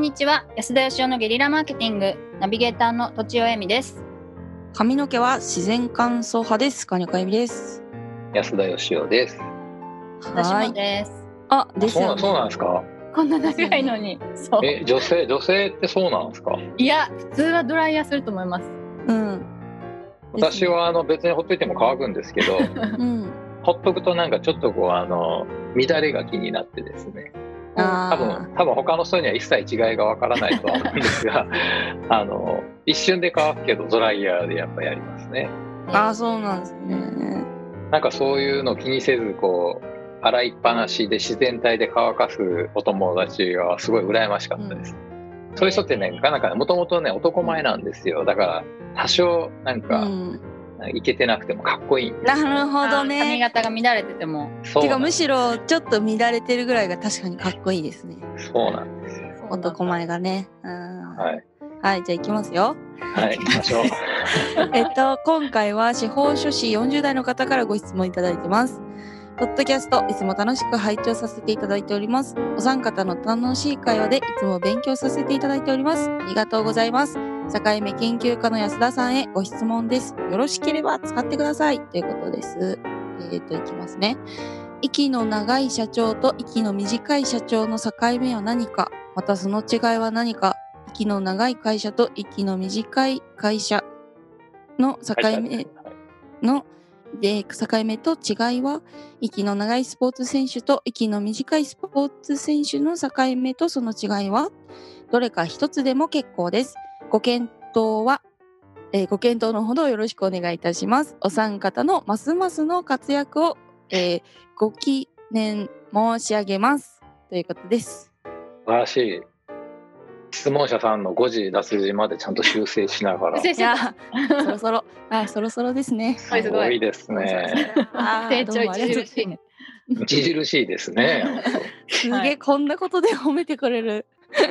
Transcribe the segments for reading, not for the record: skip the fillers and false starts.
にちは、安田義雄のゲリラマーケティングナビゲーターのとちおえみです。 髪の毛は自然乾燥派です。金子由美です。 安田義雄です。 私もです。 ですよね。 そうなんですか。 こんな長いのに。そう。 女性ってそうなんですか。 いや、普通はドライヤーすると思います。 私は別にほっといても乾くんですけど、ほっとくとなんかちょっと乱れが気になってですね。多分他の人には一切違いがわからないとは思うんですが一瞬で乾くけどドライヤーでやっぱやりますね。 そうなんですね。 なんかそういうの気にせず洗いっぱなしで自然体で乾かすお友達はすごい羨ましかったです。そういう人ってね、なんかもともとね男前なんですよ。だから多少なんか、いけてなくてもかっこいいんです。 なるほどね。 髪型が乱れてても。 てかむしろちょっと乱れてるぐらいが確かにかっこいいですね。 そうなんですよ。 男前がね。はい、じゃあ行きますよ。 はい、行きましょう。 今回は司法書士40代の方からご質問いただいてます。ポッドキャストいつも楽しく拝聴させていただいております。お三方の楽しい会話でいつも勉強させていただいております。ありがとうございます。境目研究家の安田さんへご質問です。よろしければ使ってくださいということです。いきますね。息の長い社長と息の短い社長の境目は何か、またその違いは何か、息の長い会社と息の短い会社の境目の境目と違いは、息の長いスポーツ選手と息の短いスポーツ選手の境目とその違いは、どれか一つでも結構です。ご検討のほどよろしくお願いいたします。お三方のますますの活躍を、ご記念申し上げますということです。 素晴らしい。質問者さんの誤字脱字までちゃんと修正しながら。 いやそろそろですね。 すごいですね。 成長著しいね。 著しいですね。 すげえ、こんなことで褒めてくれる。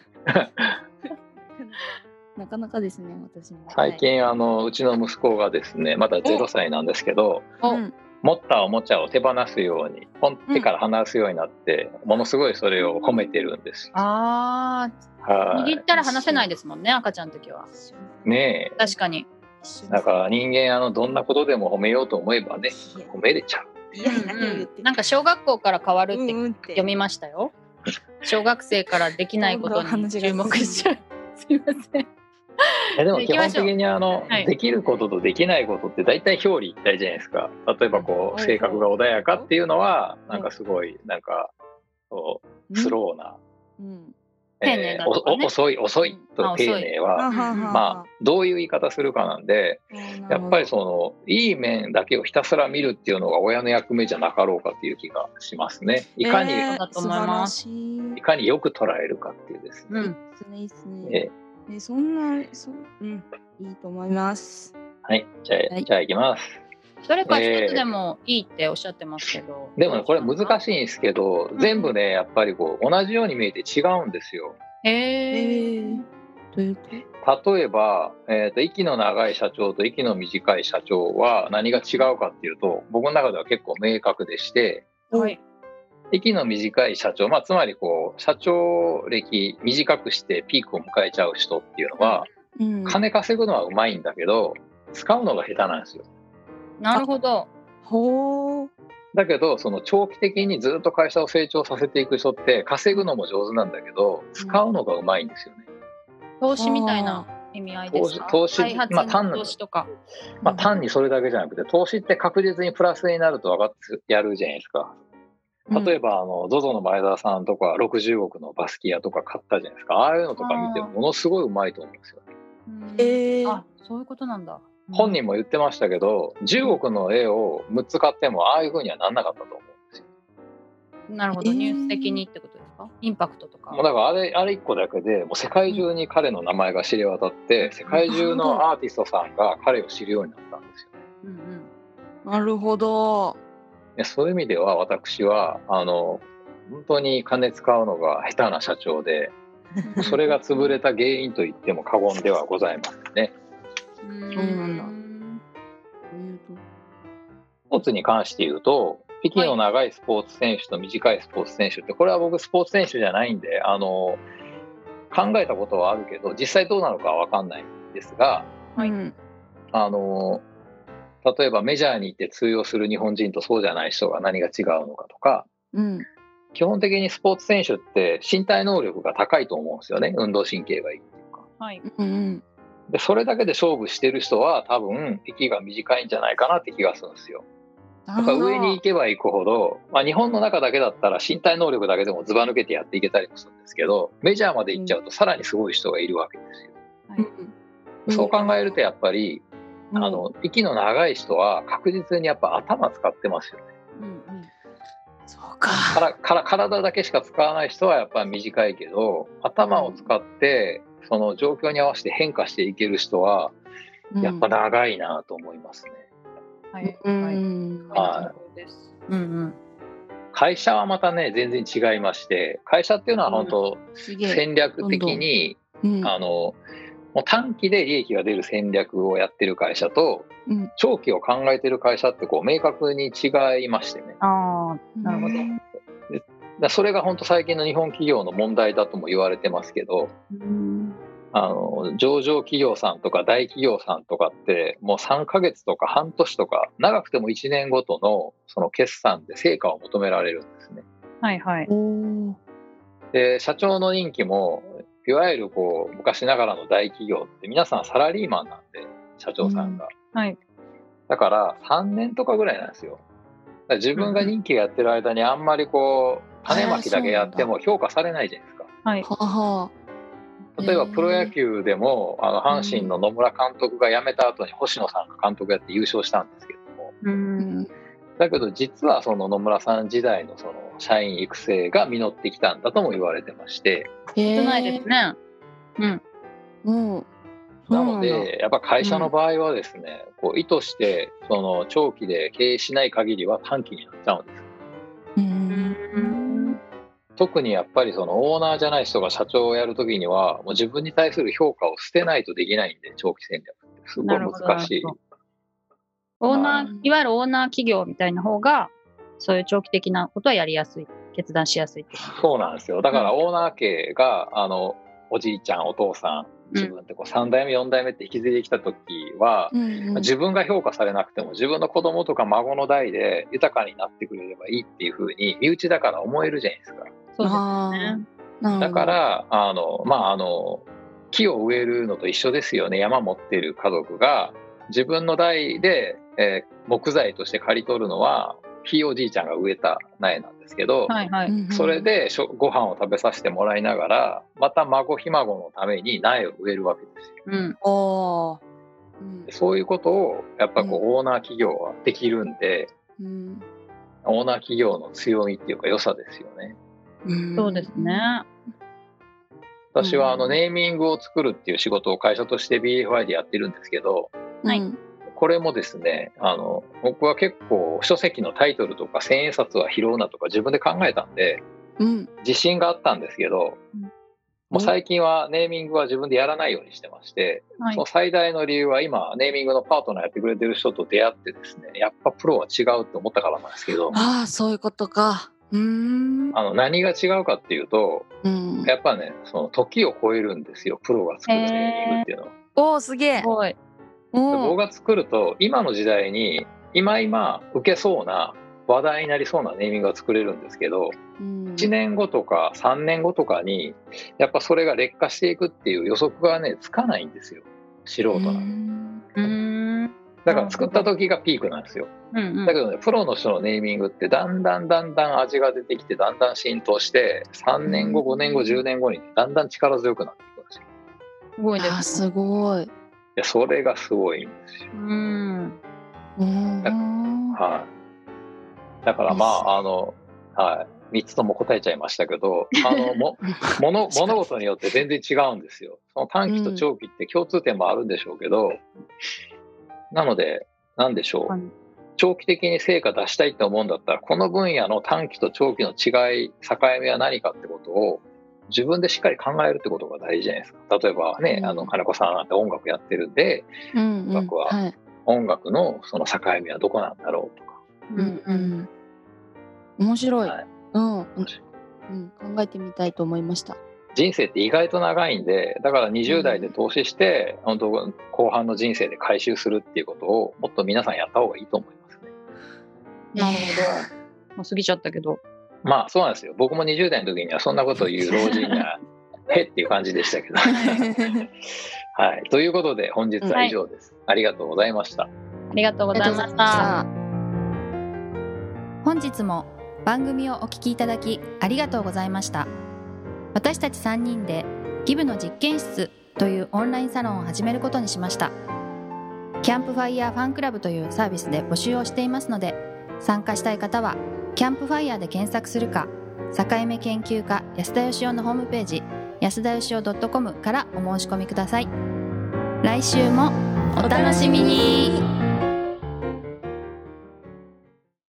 なかなかですね、私も。 最近うちの息子がですね、まだ0歳なんですけど、持ったおもちゃを手放すように、手から離すようになって、ものすごいそれを褒めてるんです。 握ったら離せないですもんね、赤ちゃんの時は。 ねえ。 確かに。 だから人間どんなことでも褒めようと思えばね、褒めれちゃう。 なんか小学校から変わるって読みましたよ。小学生からできないことに注目しちゃう。すいません。 でも基本的にできることとできないことって大体表裏一体じゃないですか。例えば性格が穏やかっていうのはなんかすごいなんかスローな、 丁寧だとかね、 遅いと丁寧はまあどういう言い方するかなんで、やっぱりいい面だけをひたすら見るっていうのが親の役目じゃなかろうかっていう気がしますね。いかによく捉えるかっていうですね。 いいですね。いいと思います。 はい、じゃあ行きます。 どれか一つでもいいっておっしゃってますけど、 でもこれ難しいんですけど、全部ねやっぱり同じように見えて違うんですよ。例えば、息の長い社長と息の短い社長は何が違うかっていうと、僕の中では結構明確でして、息の短い社長、つまり社長歴短くしてピークを迎えちゃう人っていうのは、金稼ぐのはうまいんだけど使うのが下手なんですよ。 なるほど。 だけど長期的にずっと会社を成長させていく人って稼ぐのも上手なんだけど使うのがうまいんですよね。 投資みたいな意味合いですか？ 投資、 開発の投資とか、 単にそれだけじゃなくて、投資って確実にプラスになると分かってやるじゃないですか。例えばZOZO の前田さんとか60億のバスキアとか買ったじゃないですか。ああいうのとか見てものすごいうまいと思うんですよね。 そういうことなんだ。 本人も言ってましたけど、10億の絵を6つ買ってもああいう風にはなんなかったと思うんですよ。 なるほど、ニュース的にってことですか？インパクトとか。 だからあれ1個だけでもう世界中に彼の名前が知れ渡って、世界中のアーティストさんが彼を知るようになったんですよね。 なるほど。 そういう意味では私は本当に金使うのが下手な社長でそれが潰れた原因と言っても過言ではございませんね。スポーツに関して言うと、息の長いスポーツ選手と短いスポーツ選手って、これは僕スポーツ選手じゃないんで考えたことはあるけど実際どうなのかは分かんないんですが、 はい、 例えばメジャーに行って通用する日本人とそうじゃない人が何が違うのかとか、基本的にスポーツ選手って身体能力が高いと思うんですよね。運動神経がいいっていうか、 はい、 でそれだけで勝負してる人は多分息が短いんじゃないかなって気がするんですよ。やっぱ上に行けば行くほど、日本の中だけだったら身体能力だけでもずば抜けてやっていけたりもするんですけど、メジャーまで行っちゃうとさらにすごい人がいるわけですよ。そう考えるとやっぱり息の長い人は確実にやっぱ頭使ってますよね。 そうか。 体だけしか使わない人はやっぱり短いけど、頭を使ってその状況に合わせて変化していける人はやっぱ長いなと思いますね。会社はまたね全然違いまして、会社っていうのは本当戦略的にもう短期で利益が出る戦略をやってる会社と、長期を考えてる会社ってこう明確に違いましてね。 なるほど。それが本当最近の日本企業の問題だとも言われてますけど、上場企業さんとか大企業さんとかってもう3ヶ月とか半年とか長くても1年ごとのその決算で成果を求められるんですね。 はいはい。 で社長の任期もいわゆるこう昔ながらの大企業って皆さんサラリーマンなんで、社長さんが、だから3年とかぐらいなんですよ。だから自分が任期やってる間にあんまりこう種まきだけやっても評価されないじゃないですか。例えばプロ野球でも阪神の野村監督が辞めた後に星野さんが監督やって優勝したんですけども、だけど実はその野村さん時代のその社員育成が実ってきたんだとも言われてまして、 少ないですね。 なのでやっぱ会社の場合はですね、こう意図してその長期で経営しない限りは短期になっちゃうんです。特にやっぱりそのオーナーじゃない人が社長をやるときにはもう自分に対する評価を捨てないとできないんで、長期戦略ってすごい難しい。 オーナー、いわゆるオーナー企業みたいな方がそういう長期的なことはやりやすい、決断しやすいって。 そうなんですよ。だからオーナー家がおじいちゃんお父さん自分ってこう3代目4代目って引き継いできた時は、自分が評価されなくても自分の子供とか孫の代で豊かになってくれればいいっていう風に身内だから思えるじゃないですか。 そうですね。 だから木を植えるのと一緒ですよね。山持ってる家族が自分の代で、木材として刈り取るのはひいおじいちゃんが植えた苗なんですけど、それでご飯を食べさせてもらいながらまた孫ひ孫のために苗を植えるわけですよ。そういうことをやっぱこう、オーナー企業はできるんで、オーナー企業の強みっていうか良さですよね。 そうですね。 私はネーミングを作るっていう仕事を会社として BFI でやってるんですけど、これもですね僕は結構書籍のタイトルとか千円札は拾うなとか自分で考えたんで、自信があったんですけど、もう最近はネーミングは自分でやらないようにしてまして、その最大の理由は今ネーミングのパートナーやってくれてる人と出会ってですね、やっぱプロは違うって思ったからなんですけど。 そういうことか。 何が違うかっていうと、やっぱねその時を超えるんですよ、プロが作るネーミングっていうのは。 すげえ。 僕が作ると今の時代に今受けそうな話題になりそうなネーミングが作れるんですけど、1年後とか3年後とかにやっぱそれが劣化していくっていう予測がねつかないんですよ、素人なんで。だから作った時がピークなんですよ。だけどね、プロの人のネーミングってだんだん味が出てきてだんだん浸透して3年後5年後10年後にだんだん力強くなっていくんですよ。 すごいですね。 すごい。 それがすごいんですよ。だから3つとも答えちゃいましたけど、物事によって全然違うんですよ。その短期と長期って共通点もあるんでしょうけど、なので何でしょう、長期的に成果出したいって思うんだったらこの分野の短期と長期の違い境目は何かってことを自分でしっかり考えるってことが大事じゃないですか。例えばね、金子さんなんて音楽やってるんで、音楽のその境目はどこなんだろうとか。 面白い。考えてみたいと思いました。 人生って意外と長いんで、だから20代で投資して、本当後半の人生で回収するっていうことをもっと皆さんやった方がいいと思いますね。 なるほど。もう過ぎちゃったけど。 まあそうなんですよ。僕も20代の時にはそんなことを言う老人がへっていう感じでしたけどはい、ということで本日は以上です、ありがとうございました。 ありがとうございました。 本日も番組をお聞きいただきありがとうございました。私たち3人でギブの実験室というオンラインサロンを始めることにしました。キャンプファイヤーファンクラブというサービスで募集をしていますので、参加したい方はキャンプファイヤーで検索するか、境目研究家安田義雄のホームページ安田義雄 .com からお申し込みください。来週もお楽しみに。